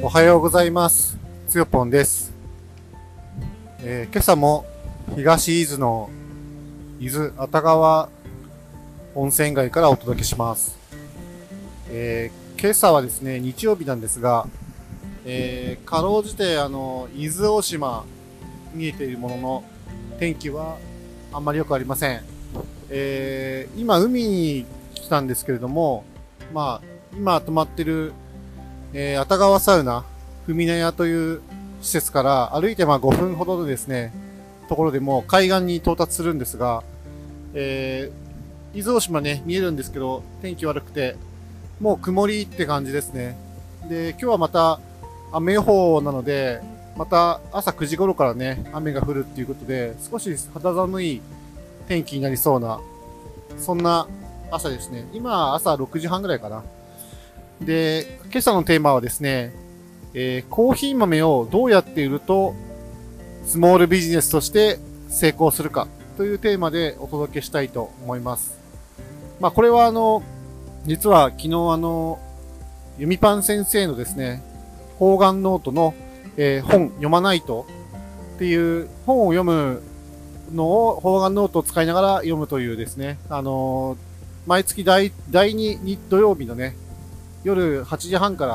おはようございます。つよぽんです。今朝も東伊豆の伊豆熱川温泉街からお届けします。今朝はですね、日曜日なんですが、かろうじて伊豆大島見えているものの天気はあんまり良くありません。今海に来たんですけれども、今泊まってる熱川サウナ、ふみなやという施設から歩いて5分ほどでですね、ところでもう海岸に到達するんですが、伊豆大島ね、見えるんですけど、天気悪くて、もう曇りって感じですね。で、今日はまた雨予報なので、また朝9時頃からね、雨が降るっていうことで、少し肌寒い天気になりそうな、そんな朝ですね。今、朝6時半ぐらいかな。で、今朝のテーマはですね、コーヒー豆をどうやって売るとスモールビジネスとして成功するかというテーマでお届けしたいと思います。これは実は昨日ユミパン先生のですね、方眼ノートの、本読まないとっていう本を読むのを方眼ノートを使いながら読むというですね、毎月第2土曜日のね、夜8時半から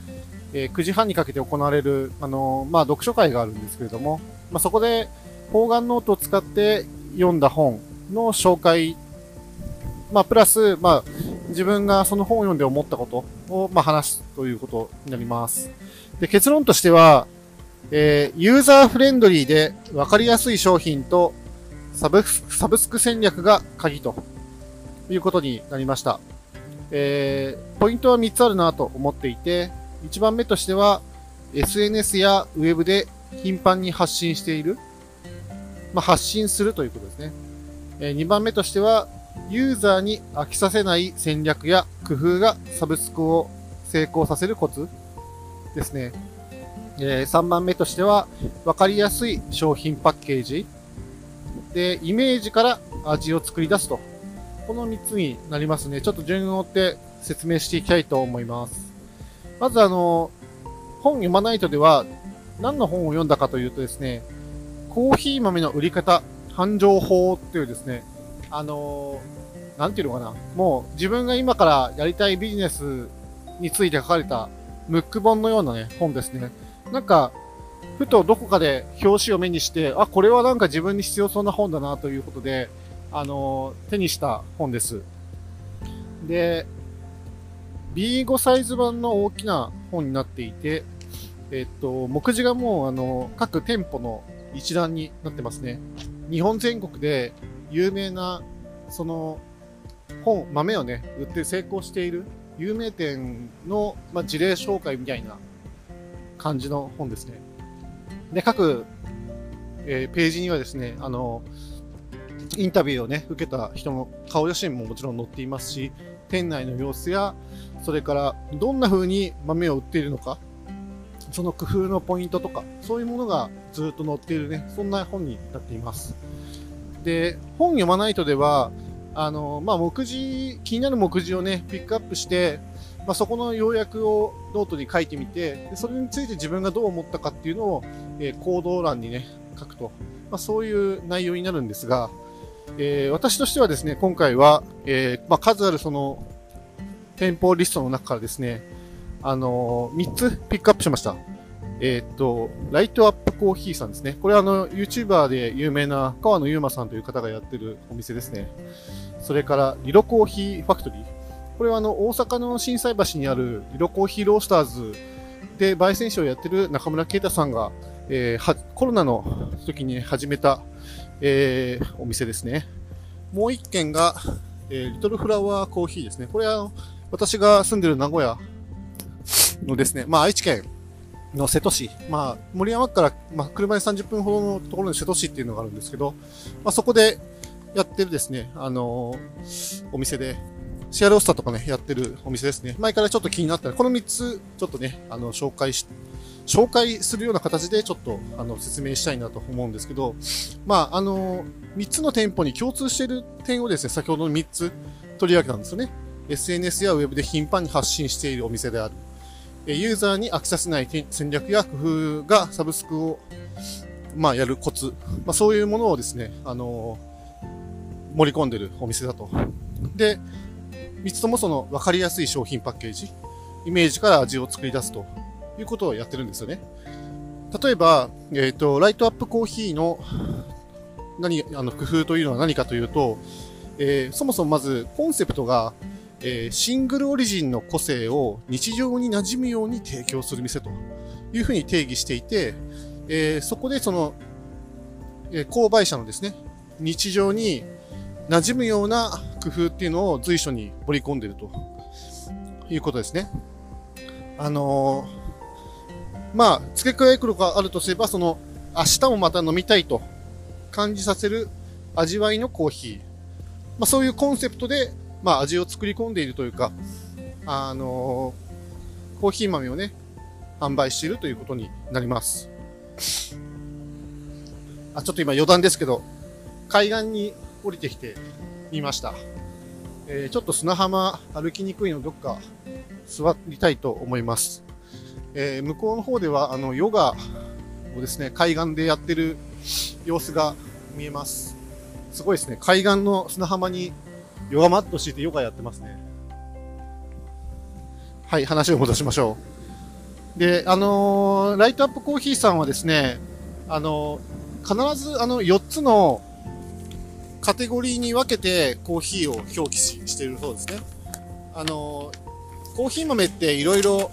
、9時半にかけて行われる、読書会があるんですけれども、そこで方眼ノートを使って読んだ本の紹介、プラス、自分がその本を読んで思ったことを、話すということになります。で、結論としては、ユーザーフレンドリーで分かりやすい商品とサブスク戦略が鍵ということになりました。ポイントは3つあるなと思っていて、1番目としては SNS やウェブで頻繁に発信している、発信するということですね。2番目としてはユーザーに飽きさせない戦略や工夫がサブスクを成功させるコツですね。3番目としては分かりやすい商品パッケージでイメージから味を作り出すと、この3つになりますね。ちょっと順を追って説明していきたいと思います。まず本読まないとでは何の本を読んだかというとですね、コーヒー豆の売り方繁盛法っていうですね、なんていうのかな、もう自分が今からやりたいビジネスについて書かれたムック本のようなね、本ですね。なんか、ふとどこかで表紙を目にして、これはなんか自分に必要そうな本だなということで、手にした本です。で、B5 サイズ版の大きな本になっていて、目次がもう各店舗の一覧になってますね。日本全国で有名な、その、豆をね、売って成功している有名店の、事例紹介みたいな感じの本ですね。で、各、ページにはですね、インタビューをね、受けた人の顔写真ももちろん載っていますし、店内の様子や、それからどんな風に豆を売っているのか、その工夫のポイントとか、そういうものがずっと載っているね、そんな本になっています。で、本読まないとでは、気になる目次をね、ピックアップして、そこの要約をノートに書いてみて、でそれについて自分がどう思ったかっていうのを、行動欄にね、書くと。そういう内容になるんですが、私としてはですね、今回は、数あるその、店舗リストの中からですね、3つピックアップしました。ライトアップコーヒーさんですね。これはYouTuber で有名な川野ゆうまさんという方がやってるお店ですね。それから、リロコーヒーファクトリー。これは大阪の心斎橋にあるリロコーヒーロースターズで焙煎士をやってる中村啓太さんが、コロナの時に始めた、お店ですね。もう一軒が、リトルフラワーコーヒーですね。これは私が住んでる名古屋のですね、愛知県の瀬戸市、森山区から、車で30分ほどのところに瀬戸市っていうのがあるんですけど、そこでやってるですね、お店で、シェアロースターとかね、やってるお店ですね。前からちょっと気になったら、この3つ、ちょっとね、紹介するような形でちょっと説明したいなと思うんですけど、3つの店舗に共通している点をですね、先ほどの3つ取り上げたんですよね。SNS やウェブで頻繁に発信しているお店である。 ユーザーに飽きさせない戦略や工夫がサブスクを、やるコツ、そういうものをですね、盛り込んでるお店だと。で、3つともその分かりやすい商品パッケージ、イメージから味を作り出すということをやってるんですよね。例えば、ライトアップコーヒーの工夫というのは何かというと、そもそもまずコンセプトが、シングルオリジンの個性を日常に馴染むように提供する店というふうに定義していて、そこでその、購買者のですね、日常に馴染むような工夫っていうのを随所に盛り込んでいるということですね。付け加えることがあるとすれば、その、明日もまた飲みたいと感じさせる味わいのコーヒー。そういうコンセプトで、味を作り込んでいるというか、コーヒー豆をね、販売しているということになります。ちょっと今余談ですけど、海岸に降りてきてみました。ちょっと砂浜歩きにくいのでどっか座りたいと思います。向こうの方ではヨガをですね、海岸でやってる様子が見えます。すごいですね。海岸の砂浜にヨガマット敷いてヨガやってますね。はい、話を戻しましょう。で、ライトアップコーヒーさんはですね、必ず4つのカテゴリーに分けてコーヒーを表記しているそうですね。コーヒー豆っていろいろ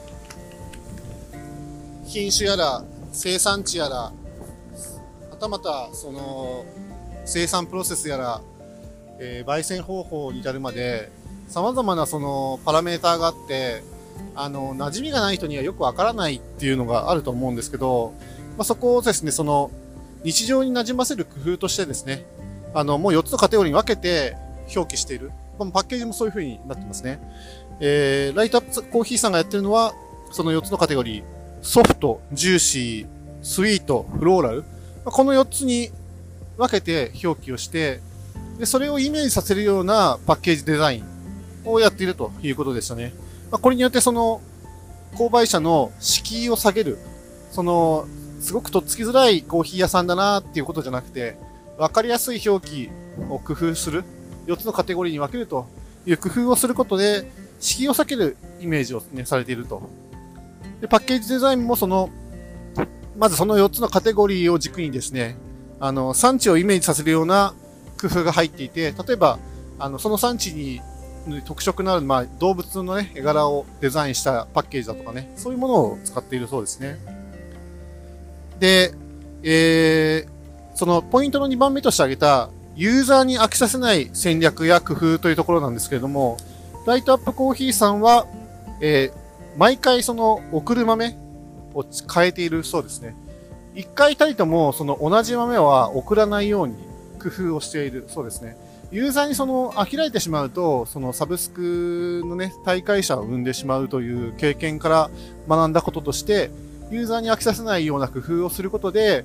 品種やら生産地やら、はたまたその生産プロセスやら、焙煎方法に至るまで様々なそのパラメーターがあって、馴染みがない人にはよくわからないっていうのがあると思うんですけど、そこをですね、その日常に馴染ませる工夫としてですね、もう4つのカテゴリーに分けて表記している。パッケージもそういう風になってますね。ライトアップコーヒーさんがやってるのは、その4つのカテゴリー、ソフト、ジューシー、スイート、フローラル。この4つに分けて表記をして、で、それをイメージさせるようなパッケージデザインをやっているということでしたね。これによってその、購買者の敷居を下げる。すごくとっつきづらいコーヒー屋さんだなっていうことじゃなくて、わかりやすい表記を工夫する。4つのカテゴリーに分けるという工夫をすることで、敷居を避けるイメージをね、されていると。で、パッケージデザインもまずその4つのカテゴリーを軸にですね、産地をイメージさせるような工夫が入っていて、例えば、その産地に特色のある、動物のね、絵柄をデザインしたパッケージだとかね、そういうものを使っているそうですね。で、そのポイントの2番目として挙げた、ユーザーに飽きさせない戦略や工夫というところなんですけれども、ライトアップコーヒーさんは、毎回その送る豆を変えているそうですね。一回たりともその同じ豆は送らないように工夫をしているそうですね。ユーザーに飽きられてしまうと、そのサブスクのね、大会者を生んでしまうという経験から学んだこととして、ユーザーに飽きさせないような工夫をすることで、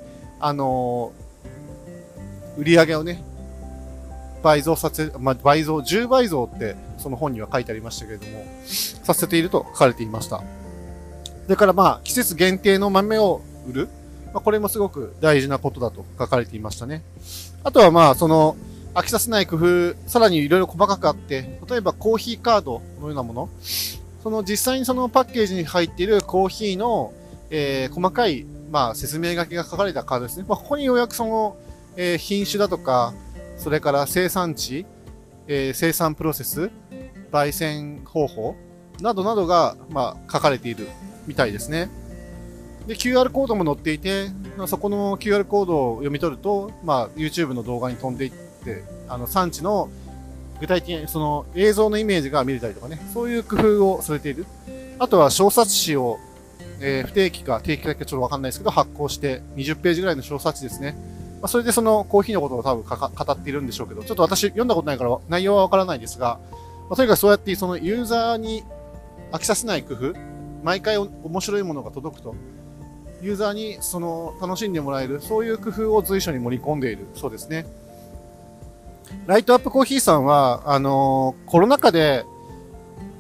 売り上げをね、倍増、10倍増ってその本には書いてありましたけれども、させていると書かれていました。それから季節限定の豆を売る。これもすごく大事なことだと書かれていましたね。あとは飽きさせない工夫、さらにいろいろ細かくあって、例えばコーヒーカードのようなもの、実際にそのパッケージに入っているコーヒーの、細かい、説明書きが書かれたカードですね。ここにようやく品種だとか、それから生産地、生産プロセス、焙煎方法などなどが、書かれているみたいですね。で、QR コードも載っていて、そこの QR コードを読み取ると、YouTube の動画に飛んでいって、産地の具体的にその映像のイメージが見れたりとかね、そういう工夫をされている。あとは小冊子を、不定期か定期だけちょっとわかんないですけど、発行して20ページぐらいの小冊子ですね。それでそのコーヒーのことを多分語っているんでしょうけど、ちょっと私読んだことないから内容はわからないですが、とにかくそうやってそのユーザーに飽きさせない工夫、毎回面白いものが届くと、ユーザーに楽しんでもらえる、そういう工夫を随所に盛り込んでいるそうですね。ライトアップコーヒーさんは、コロナ禍で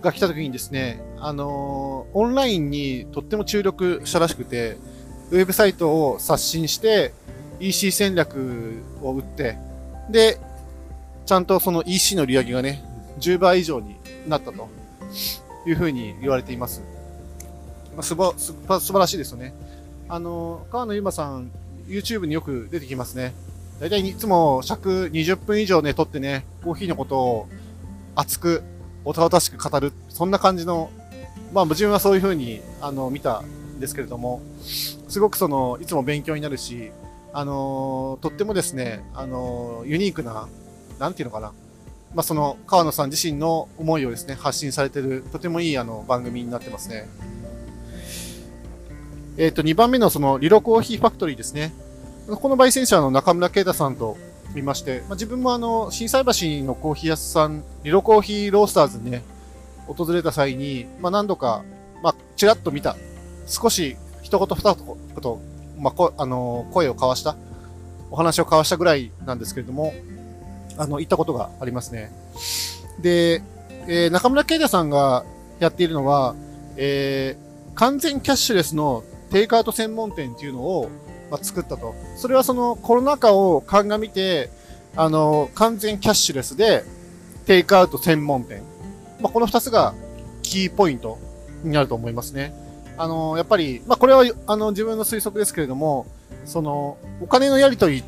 が来た時にですね、オンラインにとっても注力したらしくて、ウェブサイトを刷新して、EC 戦略を打って、で、ちゃんとその EC の利上げがね、10倍以上になったというふうに言われています。素晴らしいですよね。川野ゆうまさん、YouTube によく出てきますね。だいたいいつも尺20分以上ね、撮ってね、コーヒーのことを熱く、おたおたしく語る、そんな感じの、自分はそういうふうに、見たんですけれども、すごくいつも勉強になるし、とってもですね、ユニークな、なんていうのかな。川野さん自身の思いをですね、発信されている、とてもいい番組になってますね。2番目のリロコーヒーファクトリーですね。この焙煎者の中村啓太さんと見まして、自分も心斎橋のコーヒー屋さん、リロコーヒーロースターズにね、訪れた際に、何度か、ちらっと見た。少し、一言二言、声を交わした。お話を交わしたぐらいなんですけれども、行ったことがありますね。で、中村啓太さんがやっているのは、完全キャッシュレスのテイクアウト専門店っていうのを、作ったと。それはコロナ禍を鑑みて、完全キャッシュレスでテイクアウト専門店。この二つがキーポイントになると思いますね。やっぱり、これは、自分の推測ですけれども、お金のやり取りって、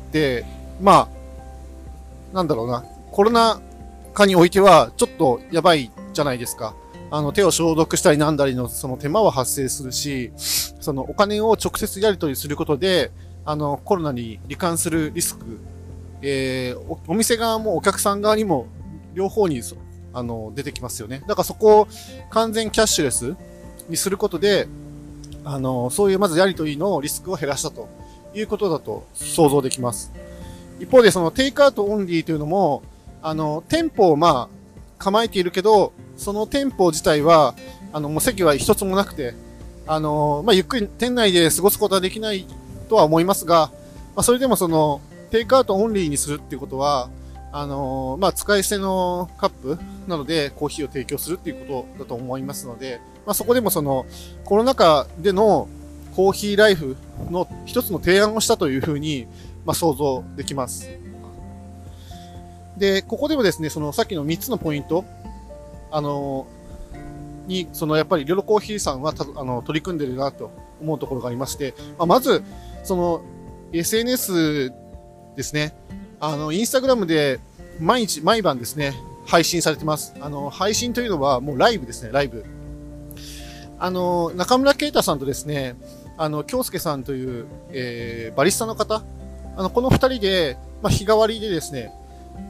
なんだろうな、コロナ禍においては、ちょっとやばいじゃないですか。手を消毒したりなんだりの手間は発生するし、お金を直接やり取りすることで、コロナに罹患するリスク、お店側もお客さん側にも両方に出てきますよね。だからそこを完全キャッシュレスにすることで、そういうまずやり取りのリスクを減らしたということだと想像できます。一方でテイクアウトオンリーというのも、店舗を構えているけど、その店舗自体は、もう席は一つもなくて、ゆっくり店内で過ごすことはできないとは思いますが、それでもテイクアウトオンリーにするっていうことは、使い捨てのカップなどでコーヒーを提供するっていうことだと思いますので、そこでもコロナ禍でのコーヒーライフの一つの提案をしたというふうに、想像できます。で、ここでもですね、さっきの3つのポイント、やっぱりリロコーヒーさんは取り組んでるなと思うところがありまして、まず、SNS ですね。インスタグラムで毎晩ですね、配信されてます。配信というのはもうライブですね、ライブ。中村啓太さんとですね、京介さんという、バリスタの方、この二人で、日替わりでですね、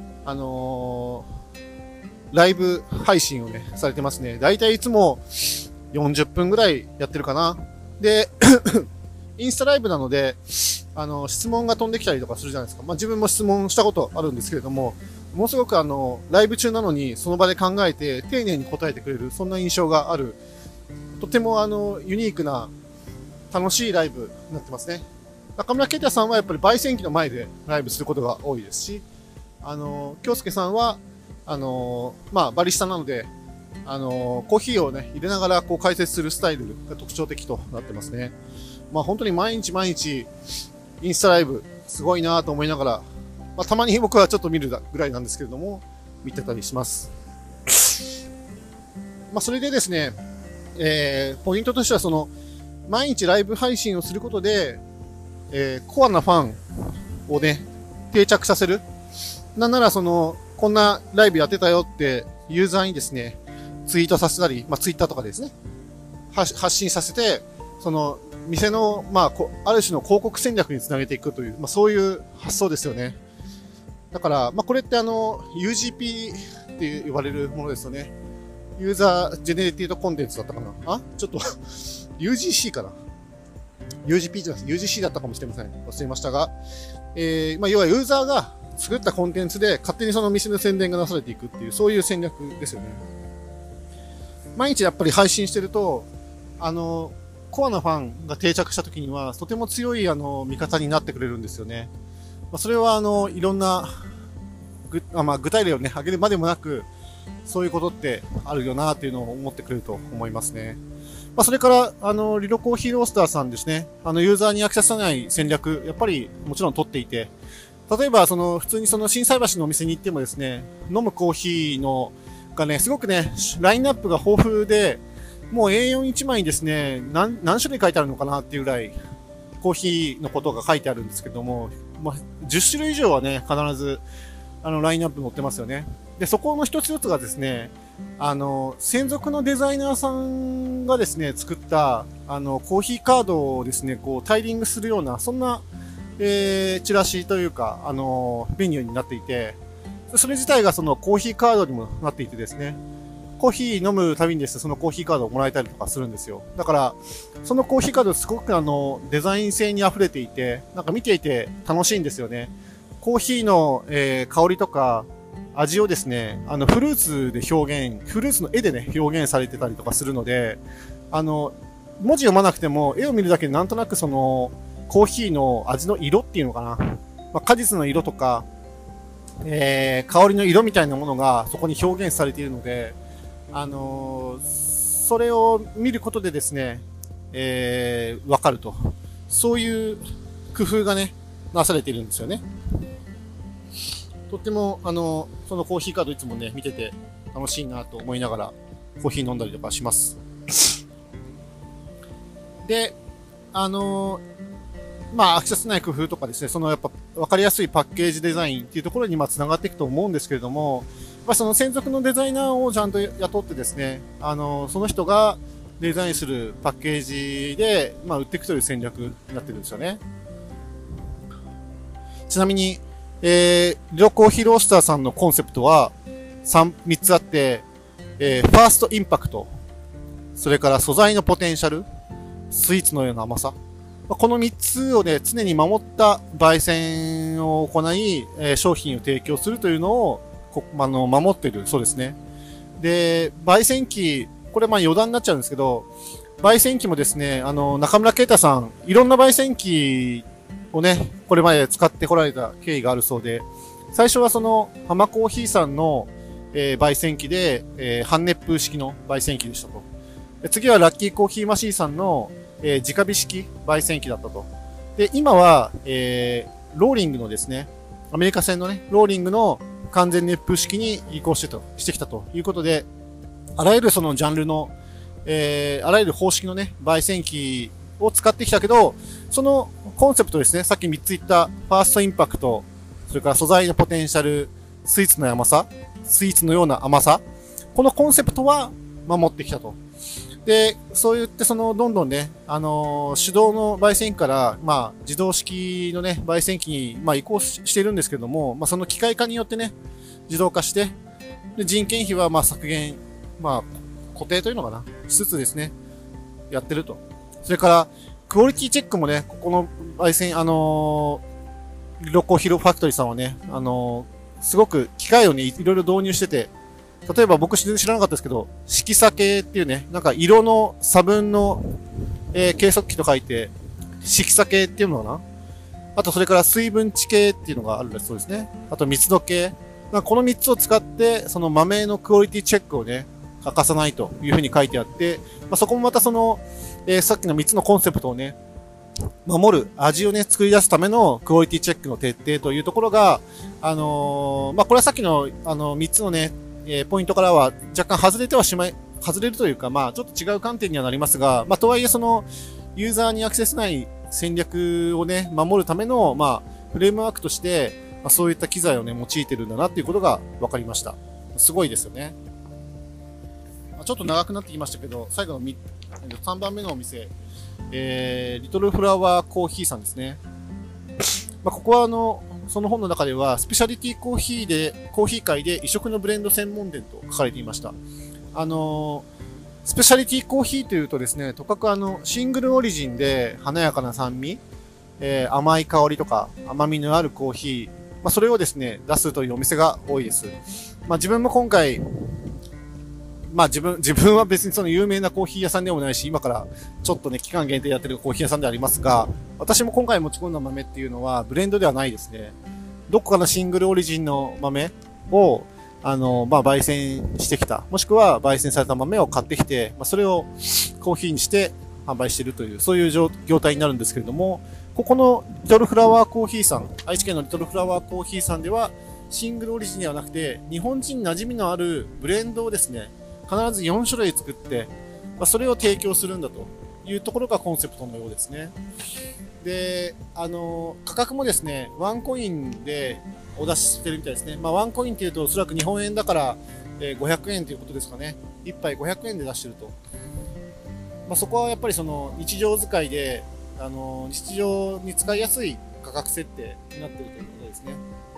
ライブ配信をね、されてますね。だいたいいつも40分ぐらいやってるかな。で、インスタライブなので、質問が飛んできたりとかするじゃないですか。自分も質問したことあるんですけれども、ものすごくライブ中なのにその場で考えて丁寧に答えてくれる、そんな印象がある。とてもユニークな楽しいライブになってますね。中村啓太さんはやっぱり焙煎機の前でライブすることが多いですし、京介さんは、バリスタなので、コーヒーをね、入れながら解説するスタイルが特徴的となってますね。本当に毎日インスタライブすごいなと思いながら、たまに僕はちょっと見るぐらいなんですけれども、見てたりします。それでですね、ポイントとしては毎日ライブ配信をすることで、コアなファンをね、定着させる。なんならこんなライブやってたよってユーザーにですね、ツイートさせたり、ツイッターとかですね、発信させて、店の、ある種の広告戦略につなげていくという、そういう発想ですよね。だから、これって UGP って言われるものですよね。ユーザージェネレティッドコンテンツだったかなちょっとUGC かな ?UGP じゃなくて UGC だったかもしれません。忘れましたが、要はユーザーが作ったコンテンツで勝手にその店の宣伝がなされていくっていう、そういう戦略ですよね。毎日やっぱり配信してると、コアなファンが定着した時には、とても強い味方になってくれるんですよね。それはいろんな具体例をね、挙げるまでもなく、 そういうことってあるよなっていうのを思ってくれると思いますね。それから、リロコーヒーロースターさんですね。ユーザーに飽きさせない戦略、やっぱりもちろん取っていて、例えば、普通に心斎橋のお店に行ってもですね、飲むコーヒーのがね、すごくね、ラインナップが豊富で、もう A41 枚にですね、何種類書いてあるのかなっていうぐらい、コーヒーのことが書いてあるんですけども、10種類以上はね、必ず、ラインナップ載ってますよね。で、そこの一つ一つがですね、専属のデザイナーさんがですね、作った、コーヒーカードをですね、こう、タイリングするような、そんな、チラシというか、メニューになっていて、それ自体がそのコーヒーカードにもなっていてですね、コーヒー飲むたびにですね、そのコーヒーカードをもらえたりとかするんですよ。だから、そのコーヒーカードすごくデザイン性に溢れていて、なんか見ていて楽しいんですよね。コーヒーの、香りとか味をですね、フルーツでフルーツの絵でね、表現されてたりとかするので、文字読まなくても絵を見るだけでなんとなくその、コーヒーの味の色っていうのかな。果実の色とか、香りの色みたいなものがそこに表現されているので、それを見ることでですね、わかると。そういう工夫がね、なされているんですよね。とっても、そのコーヒーカードいつもね、見てて楽しいなと思いながら、コーヒー飲んだりとかします。で、飽きさせない工夫とかですね、やっぱ分かりやすいパッケージデザインっていうところに繋がっていくと思うんですけれども、その専属のデザイナーをちゃんと雇ってですね、その人がデザインするパッケージで、売っていくという戦略になってるんですよね。ちなみに、リロコーヒーロースターさんのコンセプトは3つあって、ファーストインパクト、それから素材のポテンシャル、スイーツのような甘さ。この3つをね、常に守った焙煎を行い、商品を提供するというのを、守っているそうですね。で、焙煎機、これ余談になっちゃうんですけど、焙煎機もですね、中村啓太さん、いろんな焙煎機をね、これまで使ってこられた経緯があるそうで、最初は浜コーヒーさんの、焙煎機で、半熱風式の焙煎機でしたと。次はラッキーコーヒーマシーさんの、直火式焙煎機だったと。で、今は、ローリングのですね、アメリカ製のね、ローリングの完全熱風式に移行してきたということで、あらゆるそのジャンルの、あらゆる方式のね、焙煎機を使ってきたけど、そのコンセプトですね、さっき3つ言ったファーストインパクト、それから素材のポテンシャル、スイーツの甘さ、スイーツのような甘さ、このコンセプトは守ってきたと。で、そう言ってどんどんね、手動の焙煎機から、自動式のね、焙煎機に、移行しているんですけども、その機械化によってね、自動化して、で人件費は削減、固定というのかな、しつつですね、やってると。それから、クオリティチェックもね、ここの焙煎、リロコヒロファクトリーさんはね、すごく機械をね、いろいろ導入してて、例えば僕知らなかったですけど、色差計っていうね、なんか色の差分の、計測器と書いて、色差計っていうのかな。あとそれから水分値計っていうのがあるらしいそうですね。あと密度計。この3つを使って、その豆のクオリティチェックをね、欠かさないというふうに書いてあって、そこもまたさっきの3つのコンセプトをね、守る味をね、作り出すためのクオリティチェックの徹底というところが、これはさっきの、3つのね、ポイントからは若干外れるというか、ちょっと違う観点にはなりますが、とはいえユーザーにアクセスない戦略をね、守るための、フレームワークとして、そういった機材をね、用いてるんだなっていうことが分かりました。すごいですよね。ちょっと長くなってきましたけど、最後の3番目のお店、リトルフラワーコーヒーさんですね。ここはその本の中では、スペシャリティコーヒー界で異色のブレンド専門店と書かれていました。スペシャリティコーヒーというとですね、とかくシングルオリジンで華やかな酸味、甘い香りとか甘みのあるコーヒー、それをですね、出すというお店が多いです。自分も今回、自分は別に有名なコーヒー屋さんでもないし、今からちょっとね、期間限定やってるコーヒー屋さんでありますが、私も今回持ち込んだ豆っていうのはブレンドではないですね。どこかのシングルオリジンの豆を、 焙煎してきた、もしくは焙煎された豆を買ってきて、それをコーヒーにして販売しているという、そういう業態になるんですけれども、ここのリトルフラワーコーヒーさん、愛知県のリトルフラワーコーヒーさんでは、シングルオリジンではなくて、日本人に馴染みのあるブレンドをですね、必ず4種類作って、それを提供するんだというところがコンセプトのようですね。で、価格もですね、ワンコインでお出ししてるみたいですね。ワンコインっていうと、おそらく日本円だから、500円ということですかね。1杯500円で出してると。そこはやっぱりその日常使いで、日常に使いやすい価格設定になっているということですね。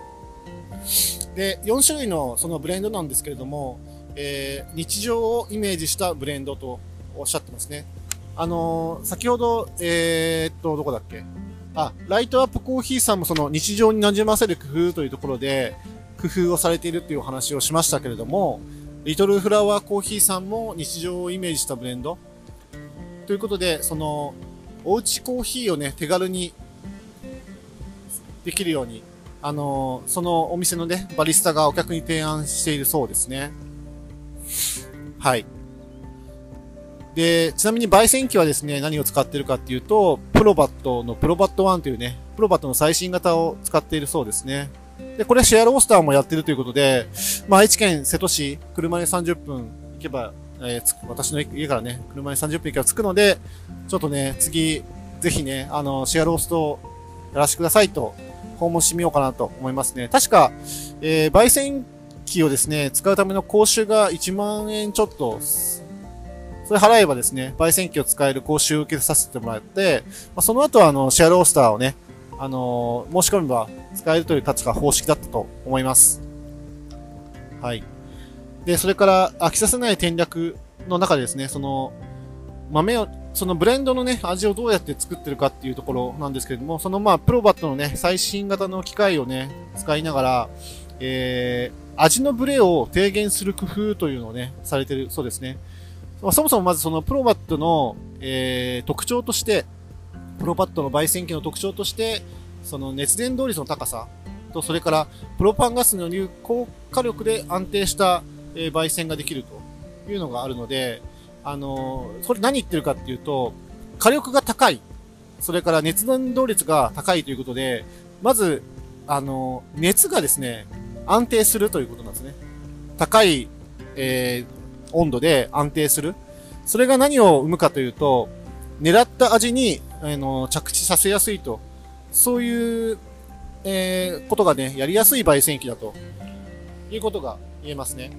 で、4種類のそのブレンドなんですけれども、日常をイメージしたブレンドとおっしゃってますね。先ほど、どこだっけ？ライトアップコーヒーさんもその日常に馴染ませる工夫というところで工夫をされているというお話をしましたけれども、リトルフラワーコーヒーさんも日常をイメージしたブレンドということで、そのおうちコーヒーをね、手軽にできるように、そのお店のね、バリスタがお客に提案しているそうですね。はい。で、ちなみに焙煎機はですね、何を使っているかっていうと、プロバットのプロバット1というね、プロバットの最新型を使っているそうですね。で、これシェアロースターもやってるということで、愛知県瀬戸市、車で30分行けば、私の家からね、車で30分行けば着くので、ちょっとね、次、ぜひね、シェアローストをやらせてくださいと、訪問してみようかなと思いますね。確か、焙煎機をですね、使うための講習が1万円ちょっと、それ払えばですね、焙煎機を使える講習を受けさせてもらって、その後はシェアロースターをね、申し込めば使えるという確か方式だったと思います。はい。で、それから飽きさせない戦略の中でですね、そのブレンドのね、味をどうやって作ってるかっていうところなんですけれども、プロバットのね、最新型の機械をね、使いながら、味のブレを低減する工夫というのをね、されてるそうですね。そもそもまずそのプロバットの、特徴として、プロバットの焙煎機の特徴として、その熱伝導率の高さと、それからプロパンガスの有効火力で安定した、焙煎ができるというのがあるので、それ何言ってるかっていうと、火力が高い、それから熱伝導率が高いということで、まず、熱がですね、安定するということなんですね。高い、温度で安定する。それが何を生むかというと、狙った味に、着地させやすいと。そういう、ことがね、やりやすい焙煎機だということが言えますね。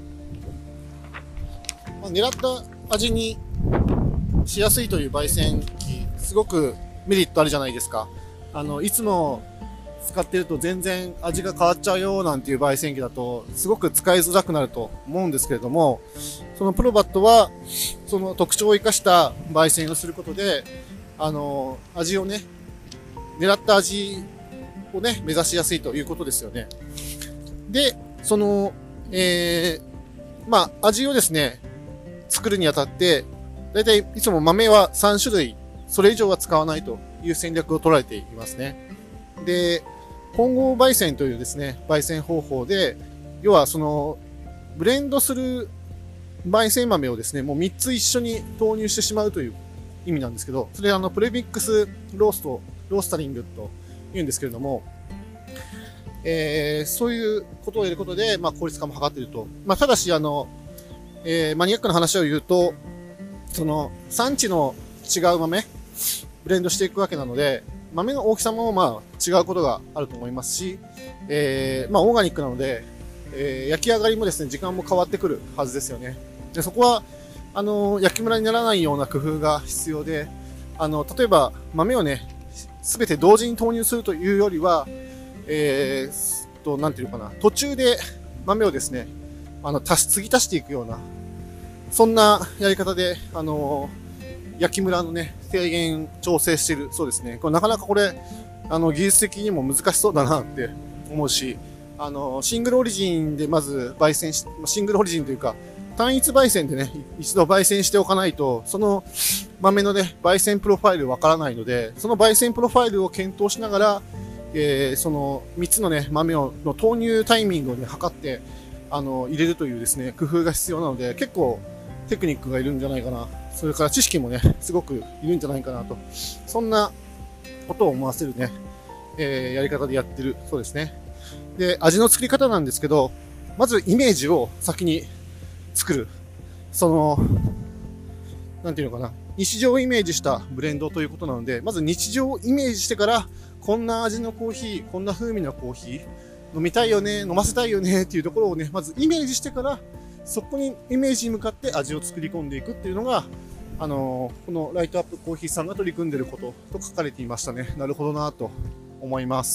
狙った味にしやすいという焙煎機、すごくメリットあるじゃないですか。いつも使ってると全然味が変わっちゃうよなんていう焙煎機だと、すごく使いづらくなると思うんですけれども、そのプロバットは、その特徴を生かした焙煎をすることで、味をね、狙った味をね、目指しやすいということですよね。で、味をですね、作るにあたって、だいたいいつも豆は3種類、それ以上は使わないという戦略を取られていますね。で、混合焙煎というですね、焙煎方法で、要はブレンドする焙煎豆をですね、もう3つ一緒に投入してしまうという意味なんですけど、それプレミックスロースタリングと言うんですけれども、そういうことをやることで、効率化も図っていると。ただし、マニアックな話を言うと、産地の違う豆、ブレンドしていくわけなので、豆の大きさも違うことがあると思いますし、オーガニックなので、焼き上がりもですね、時間も変わってくるはずですよね。で、そこは、焼きムラにならないような工夫が必要で、例えば豆をね、すべて同時に投入するというよりは、なんていうのかな、途中で豆をですね、継ぎ足していくような、そんなやり方で、焼きムラのね、低減調整しているそうですね。これなかなかこれ、技術的にも難しそうだなって思うし、シングルオリジンでまず焙煎し、シングルオリジンというか、単一焙煎でね、一度焙煎しておかないと、その豆のね、焙煎プロファイルわからないので、その焙煎プロファイルを検討しながら、その3つのね、豆の投入タイミングをね、測って、 入れるというですね、工夫が必要なので、結構テクニックがいるんじゃないかな。それから知識もね、すごくいるんじゃないかなと。そんなことを思わせるね、やり方でやってるそうですね。で、味の作り方なんですけど、まずイメージを先に作る。なんていうのかな。日常をイメージしたブレンドということなので、まず日常をイメージしてから、こんな味のコーヒー、こんな風味のコーヒー、飲みたいよね、飲ませたいよねっていうところをね、まずイメージしてから、そこにイメージに向かって味を作り込んでいくっていうのが、このライトアップコーヒーさんが取り組んでいることと書かれていましたね。なるほどなと思います。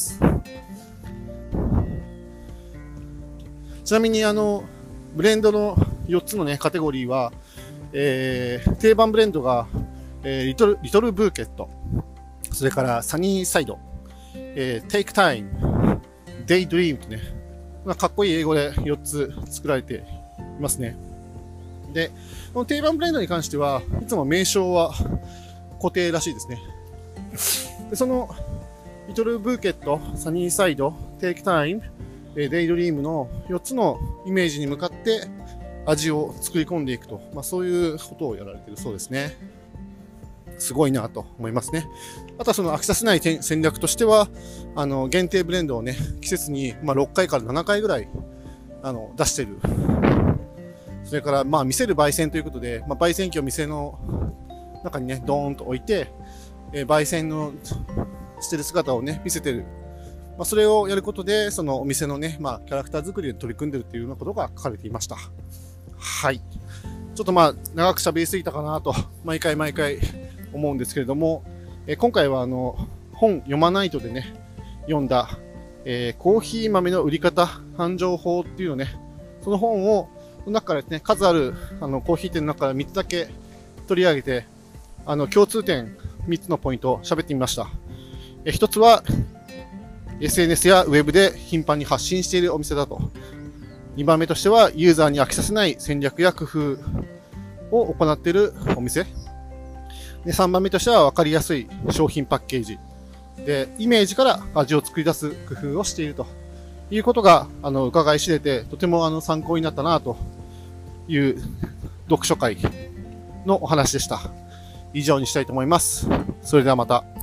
ちなみにブレンドの4つのね、カテゴリーは、定番ブレンドが、リトルブーケット、それからサニーサイド、テイクタイム、デイドリームとね、かっこいい英語で4つ作られていますね。で、この定番ブレンドに関しては、いつも名称は固定らしいですね。で、その、リトルブーケット、サニーサイド、テイクタイム、デイドリームの4つのイメージに向かって味を作り込んでいくと、そういうことをやられているそうですね。すごいなと思いますね。あとはその飽きさせない戦略としては、限定ブレンドをね、季節に6回から7回ぐらい出している。それから見せる焙煎ということで、焙煎機を店の中にね、ドーンと置いて、焙煎のしてる姿をね、見せてる。それをやることで、そのお店のね、キャラクター作りで取り組んでるっていうようなことが書かれていました。はい。ちょっと長く喋りすぎたかなと、毎回思うんですけれども、今回は本読まないとでね、読んだ、コーヒー豆の売り方繁盛法っていうのね、その本を、その中からですね、数あるコーヒー店の中から3つだけ取り上げて、共通点3つのポイントを喋ってみました。1つは、SNS やウェブで頻繁に発信しているお店だと。2番目としては、ユーザーに飽きさせない戦略や工夫を行っているお店。で、3番目としては、分かりやすい商品パッケージ。で、イメージから味を作り出す工夫をしているということが、伺い知れて、とても参考になったなという読書会のお話でした。以上にしたいと思います。それではまた。